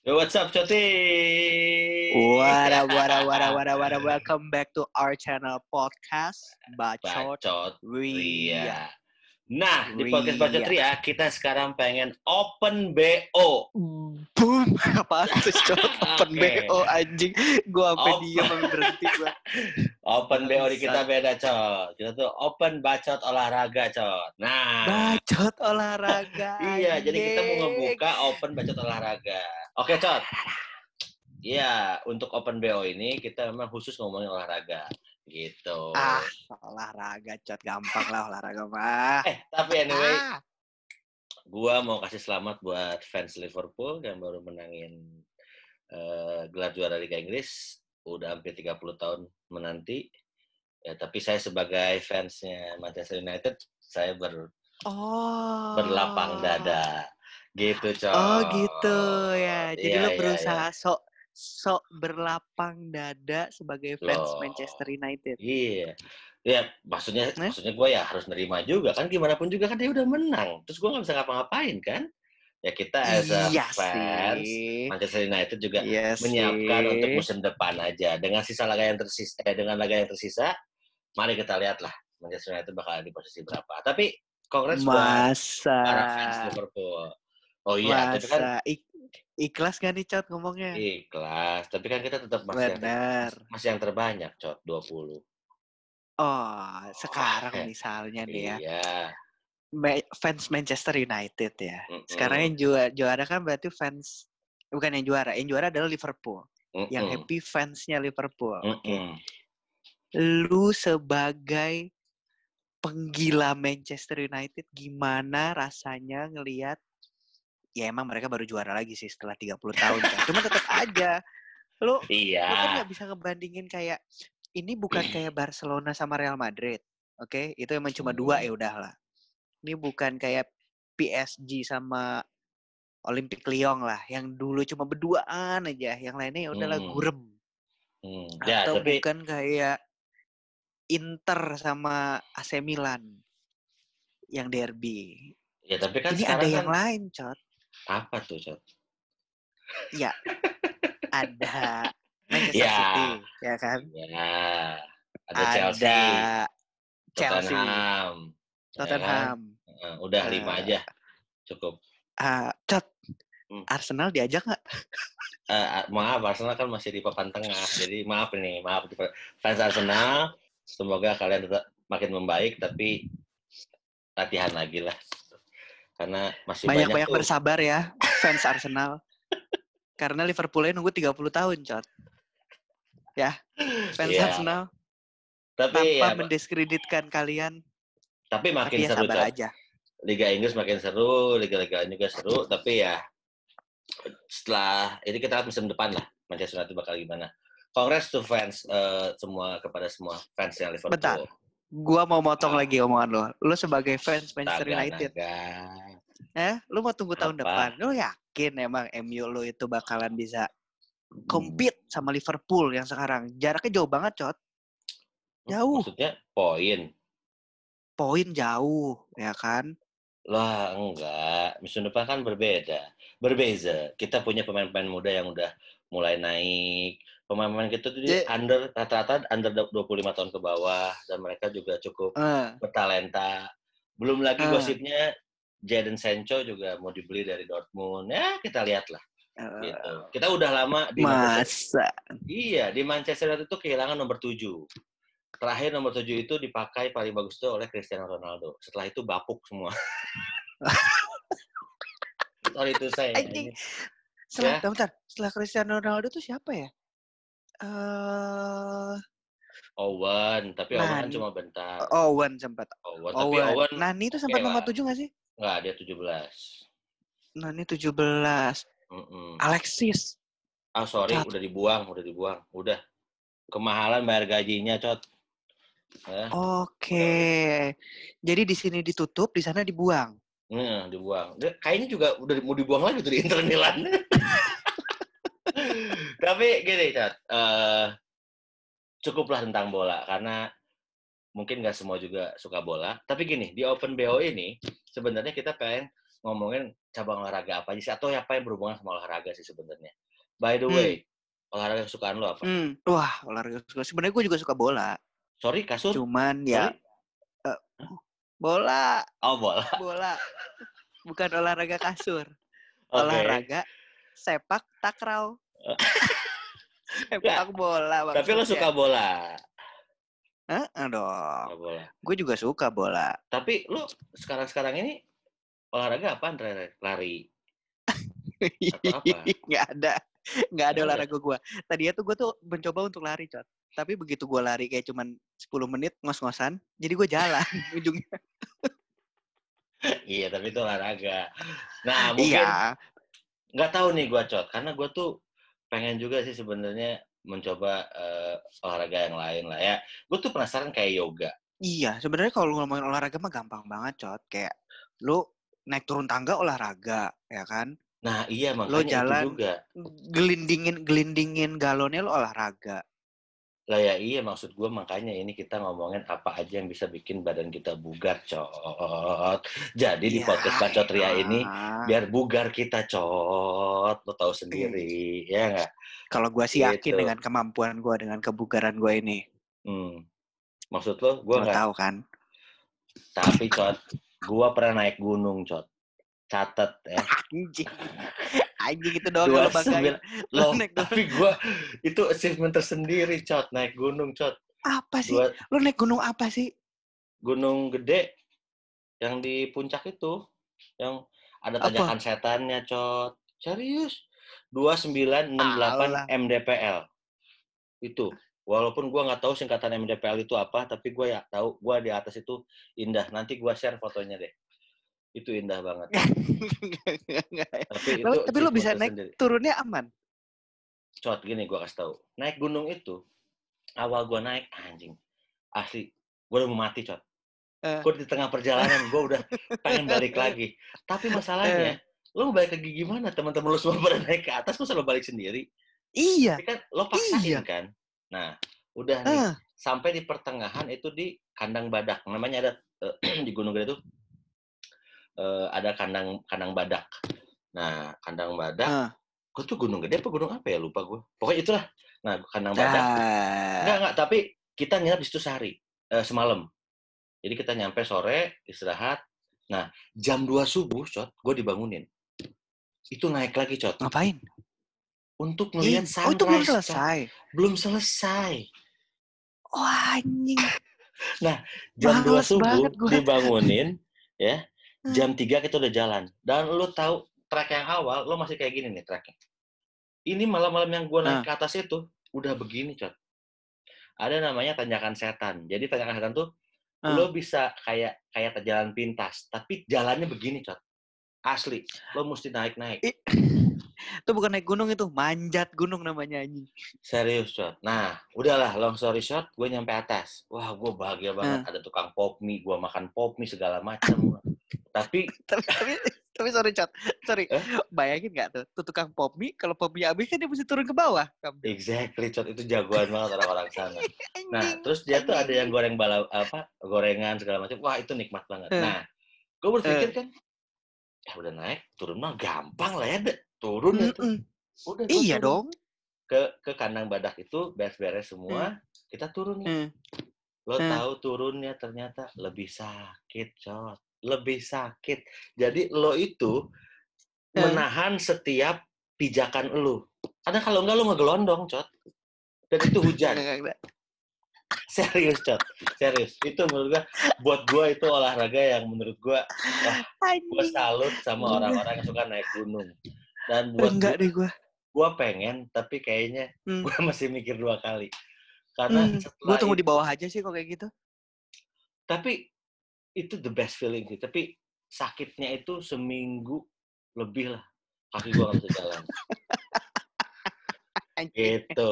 Yo, what's up, Coti? Welcome back to our channel podcast Bacot Bacot Ria. Ria. Nah, di podcast Bacot Ria, kita sekarang pengen open BO. Boom, apaan tuh Cot? Open Oke. BO anjing. Gua sampai Open. diam sampai berhenti gua. Open BO di kita Bangsat. beda, Cot. Kita tuh open bacot olahraga, Cot. Nah, Bacot olahraga. iya, jadi kita mau anjing. ngebuka open bacot olahraga. Oke, Cot. Iya, untuk open BO ini kita memang khusus ngomongin olahraga. Gitu. Olahraga Cot, gampang lah olahraga mah. Tapi anyway, gua mau kasih selamat buat fans Liverpool yang baru menangin gelar juara Liga Inggris. Udah hampir 30 tahun menanti. Ya, tapi saya sebagai fansnya Manchester United, saya berlapang dada. Gitu, Cok. Oh gitu ya. Jadi Iya, lo iya, berusaha iya. sok berlapang dada sebagai fans Loh. Manchester United. Iya. Ya, maksudnya gue ya harus nerima juga kan, gimana pun juga kan dia udah menang. Terus gue nggak bisa ngapa-ngapain kan. Ya kita as a Iya fans sih. Manchester United juga Iya menyiapkan sih. untuk musim depan aja. Dengan sisa laga yang tersisa, dengan laga yang tersisa, mari kita lihat lah Manchester United bakal di posisi berapa. Tapi congrats buat para fans Liverpool. Oh iya, tapi kan ikhlas gak nih Cot ngomongnya? ikhlas. Tapi kan kita tetap masih yang terbanyak, Cot, 20. Oh, sekarang misalnya nih ya. Iya. Fans Manchester United ya. Sekarang yang juara kan berarti fans, bukan yang juara adalah Liverpool. Yang happy fansnya Liverpool. Oke. Lu sebagai penggila Manchester United, gimana rasanya ngelihat? Ya emang mereka baru juara lagi sih setelah 30 tahun kan. Cuma tetap aja lu kan nggak bisa ngebandingin kayak ini bukan kayak Barcelona sama Real Madrid. Oke, itu emang cuma dua ya udahlah. Ini bukan kayak PSG sama Olympique Lyon lah, yang dulu cuma berduaan aja, yang lainnya ya udahlah gurem. Atau tapi bukan kayak Inter sama AC Milan yang derby. Ya tapi kan ini sekarang ada yang kan lain, Cot. Apa tuh, Cot? Ya, ada Manchester City, ya kan? Ya, ada Tottenham. Ya, udah 5 aja, cukup. Cot, Arsenal diajak nggak? Maaf, Arsenal kan masih di papan tengah. Jadi maaf fans Arsenal. Semoga kalian tetap makin membaik, tapi latihan lagi lah. Karena masih banyak bersabar ya fans Arsenal. Karena Liverpoolnya nunggu 30 tahun, Cot. Ya, fans Arsenal. Tapi tanpa mendiskreditkan kalian. Tapi makin seru, sabar aja. Liga Inggris makin seru, liga-liga lain juga seru, tapi ya setelah ini kita lihat musim depan lah Manchester United bakal gimana. Congrats to fans kepada semua fans yang Liverpool. Bentar. Gua mau motong lagi omongan lo. Lo sebagai fans Manchester United. Lo mau tunggu tahun depan. Lo yakin emang MU lo itu bakalan bisa compete sama Liverpool yang sekarang? Jaraknya jauh banget, Cot. Jauh. Maksudnya poin jauh, ya kan? Lah, enggak. Musim depan kan berbeza. Kita punya pemain-pemain muda yang udah mulai naik. Pemain-pemain kita tuh rata-rata under 25 tahun ke bawah, dan mereka juga cukup bertalenta. Belum lagi gosipnya Jadon Sancho juga mau dibeli dari Dortmund. Ya, kita lihatlah. Gitu. Kita udah lama di Manchester. Iya, di Manchester United itu kehilangan nomor 7. Terakhir nomor 7 itu dipakai paling bagus itu oleh Cristiano Ronaldo. Setelah itu bapuk semua. Sorry itu saya. Bentar. Setelah Cristiano Ronaldo itu siapa ya? Owen, tapi Owen kan cuma bentar. Owen sempat. Tapi Owen Nani itu sempat nomor 7 nggak sih? Nggak, dia 17. Nani 17. Alexis. Sorry, Cot. Udah dibuang. Udah. Kemahalan bayar gajinya, Cot. Oke. Jadi di sini ditutup, di sana dibuang. Dibuang. Kayaknya juga udah mau dibuang lagi tuh di Inter Milan. Tapi gini, Cot. Cukuplah tentang bola, karena mungkin nggak semua juga suka bola. Tapi gini, di Open BO ini sebenarnya kita pengen ngomongin cabang olahraga apa aja sih, atau apa yang berhubungan sama olahraga sih sebenarnya. By the way, olahraga kesukaan lo apa? Wah, olahraga kesukaan. Sebenarnya gue juga suka bola. Sorry, kasur? Cuman Sorry? ya bola. Oh, bola. Bola. Bukan olahraga kasur. Okay. Olahraga sepak takraw. Sepak bola. Tapi lo suka bola? Dong. Gue juga suka bola. Tapi lo sekarang ini olahraga apaan? Lari? Atau apa? Nggak ada olahraga gue. Tadinya tuh gue tuh mencoba untuk lari, Cot. Tapi begitu gue lari kayak cuman 10 menit ngos-ngosan, jadi gue jalan ujungnya. Iya, tapi itu olahraga. Nah, mungkin nggak tahu nih gue, Cot. Karena gue tuh pengen juga sih sebenarnya mencoba olahraga yang lain lah ya. Gue tuh penasaran kayak yoga. Iya, sebenarnya kalau ngomongin olahraga mah gampang banget, Cot. Kayak lu naik turun tangga olahraga, ya kan? Nah, iya makanya lo jalan, itu juga. Gelindingin galonnya lo olahraga. Lah ya iya, maksud gue makanya ini kita ngomongin apa aja yang bisa bikin badan kita bugar, Cot. Jadi di podcast Bacot Ria ini biar bugar kita, Cot. Lo tahu sendiri, ya nggak? Kalau gue sih yakin dengan kemampuan gue, dengan kebugaran gue ini. Maksud lo, gue nggak tahu kan? Tapi, Cot, gue pernah naik gunung, Cot. Catet ya. Anjing itu doang lo banggain. Tapi gue itu achievement tersendiri, Cot. Naik gunung, Cot. Apa sih? Lo naik gunung apa sih? Gunung gede yang di puncak itu, yang ada tanjakan setannya, Cot. Serius. 2968 mdpl. Itu. Walaupun gue nggak tahu singkatan mdpl itu apa, tapi gue ya tahu gue di atas itu indah. Nanti gue share fotonya deh. Itu indah banget. Tapi lo bisa naik sendiri. Turunnya aman. Cot, gini gue kasih tahu. Naik gunung itu, awal gue naik, anjing. Asli, gue udah mau mati, Cot. Gue di tengah perjalanan, gue udah pengen balik lagi. Tapi masalahnya, lo mau balik lagi gimana? Teman-teman lo semua pada naik ke atas, lo selalu balik sendiri. Iya. Tapi kan lo paksain kan. Nah, udah nih. Sampai di pertengahan itu di kandang badak. Namanya ada di Gunung Gede itu ada kandang badak. Nah, kandang badak, gue tuh Gunung Gede apa gunung apa ya, lupa gue. Pokoknya itulah. Nah, kandang badak. Enggak, tapi kita nginap di situ semalam. Jadi kita nyampe sore, istirahat. Nah, jam 2 subuh, Cot, gue dibangunin. Itu naik lagi, Cot. Ngapain? Untuk melihat sunrise. Oh, itu belum selesai? Cot. Belum selesai. Oh, anjing. Nah, jam 2 subuh dibangunin, ya. Jam 3 kita udah jalan. Dan lo tahu trek yang awal, lo masih kayak gini nih treknya. Ini malam-malam yang gue naik ke atas itu, udah begini, Cot. Ada namanya tanjakan setan. Jadi tanjakan setan tuh, lo bisa kayak jalan pintas. Tapi jalannya begini, Cot. Asli. Lo mesti naik-naik. Itu bukan naik gunung itu, manjat gunung namanya anjing. Serius, Cot. Nah, udahlah, long story short, gue nyampe atas. Wah, gue bahagia banget. Ada tukang pop mie, gue makan pop mie segala macam. tapi sorry, Cot. Sorry. Bayangin nggak tuh tukang pop mie, kalau pop mie habis kan dia mesti turun ke bawah. Exactly, Cot. Itu jagoan banget orang-orang sana. Nah, terus dia tuh ada yang gorengan segala macam. Wah, itu nikmat banget. Nah, gue berpikir kan, ya udah naik, turun mah gampang lah ya, turun ya tuh. Udah, iya turun. Dong. Ke kandang badak itu beres-beres semua, kita turun ya. Lo tahu turunnya ternyata lebih sakit, Cot. Lebih sakit. Jadi lo itu menahan setiap pijakan lo. Karena kalau enggak lo ngegelondong, Cot. Dan itu hujan. Serius, Cot. Serius. Itu menurut gue, buat gue itu olahraga yang menurut gue, gue salut sama orang-orang yang suka naik gunung. Dan buat gue pengen, tapi kayaknya gue masih mikir 2 kali. Karena gue tunggu di bawah aja sih kalau kayak gitu. Tapi itu the best feeling sih. Tapi sakitnya itu seminggu lebih lah. Kaki gue gak bisa jalan. Gitu.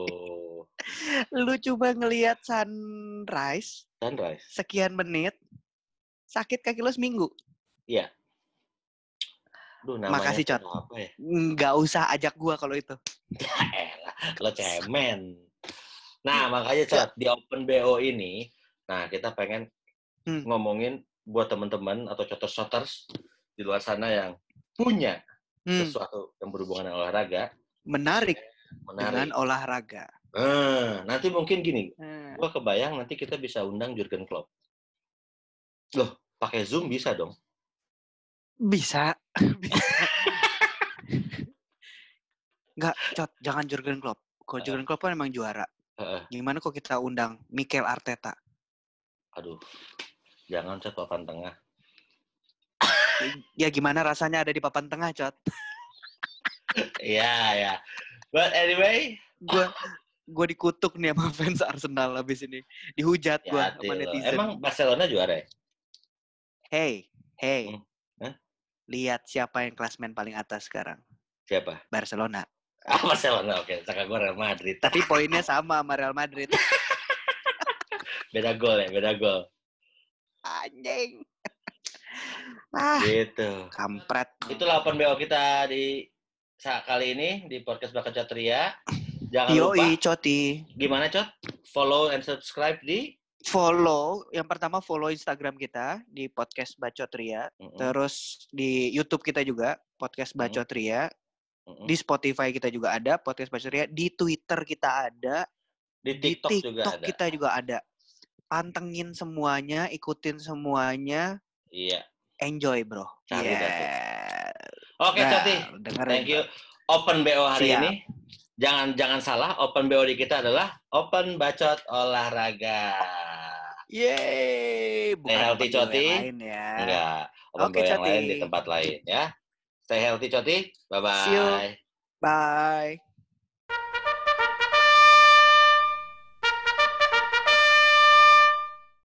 Lu coba ngelihat sunrise. Sekian menit. Sakit kaki lu seminggu. Iya. Duh, makasih, Cot. Apa ya? Nggak usah ajak gue kalau itu. Lo cemen. Nah, makanya, Cot, di Open BO ini, nah kita pengen ngomongin buat teman-teman atau shoters di di luar sana yang punya sesuatu yang berhubungan dengan olahraga. Menarik. Dengan olahraga. Nanti mungkin gini, gue kebayang nanti kita bisa undang Jurgen Klopp. Loh, pakai Zoom bisa dong? Bisa. Enggak, Cot, jangan Jurgen Klopp. Kalau Jurgen Klopp kan emang juara. Gimana kok kita undang Mikel Arteta? Aduh, jangan Cot, papan tengah. Ya gimana rasanya ada di papan tengah, Cot? Iya. But anyway, gue dikutuk nih sama fans Arsenal habis ini. Dihujat gue sama netizen. Emang Barcelona juara ya? Hey. Lihat siapa yang klasmen paling atas sekarang. Siapa? Barcelona. Barcelona, oke. Saka gue Real Madrid. Tapi poinnya sama Real Madrid. Beda gol. Anjing. Gitu. Kampret. Itulah open BO kita di kali ini di podcast Bakat Cotria. Jangan lupa. Coti. Gimana, Cot? Follow and subscribe di? Yang pertama follow Instagram kita di podcast Bacotria. Terus di YouTube kita juga podcast Bacotria. Di Spotify kita juga ada podcast Bacotria. Di Twitter kita ada. Di TikTok juga ada. Kita juga ada. Pantengin semuanya, ikutin semuanya. Iya. Enjoy, bro. Cari dah. Oke, Coti. Thank you. Open BO hari ini. Jangan salah, open BO di kita adalah Open Bacot Olahraga. Yeay. Stay healthy, Coti. Ya. Enggak. Open BO yang lain di tempat lain, ya. Stay healthy, Coti. Bye-bye. See you. Bye.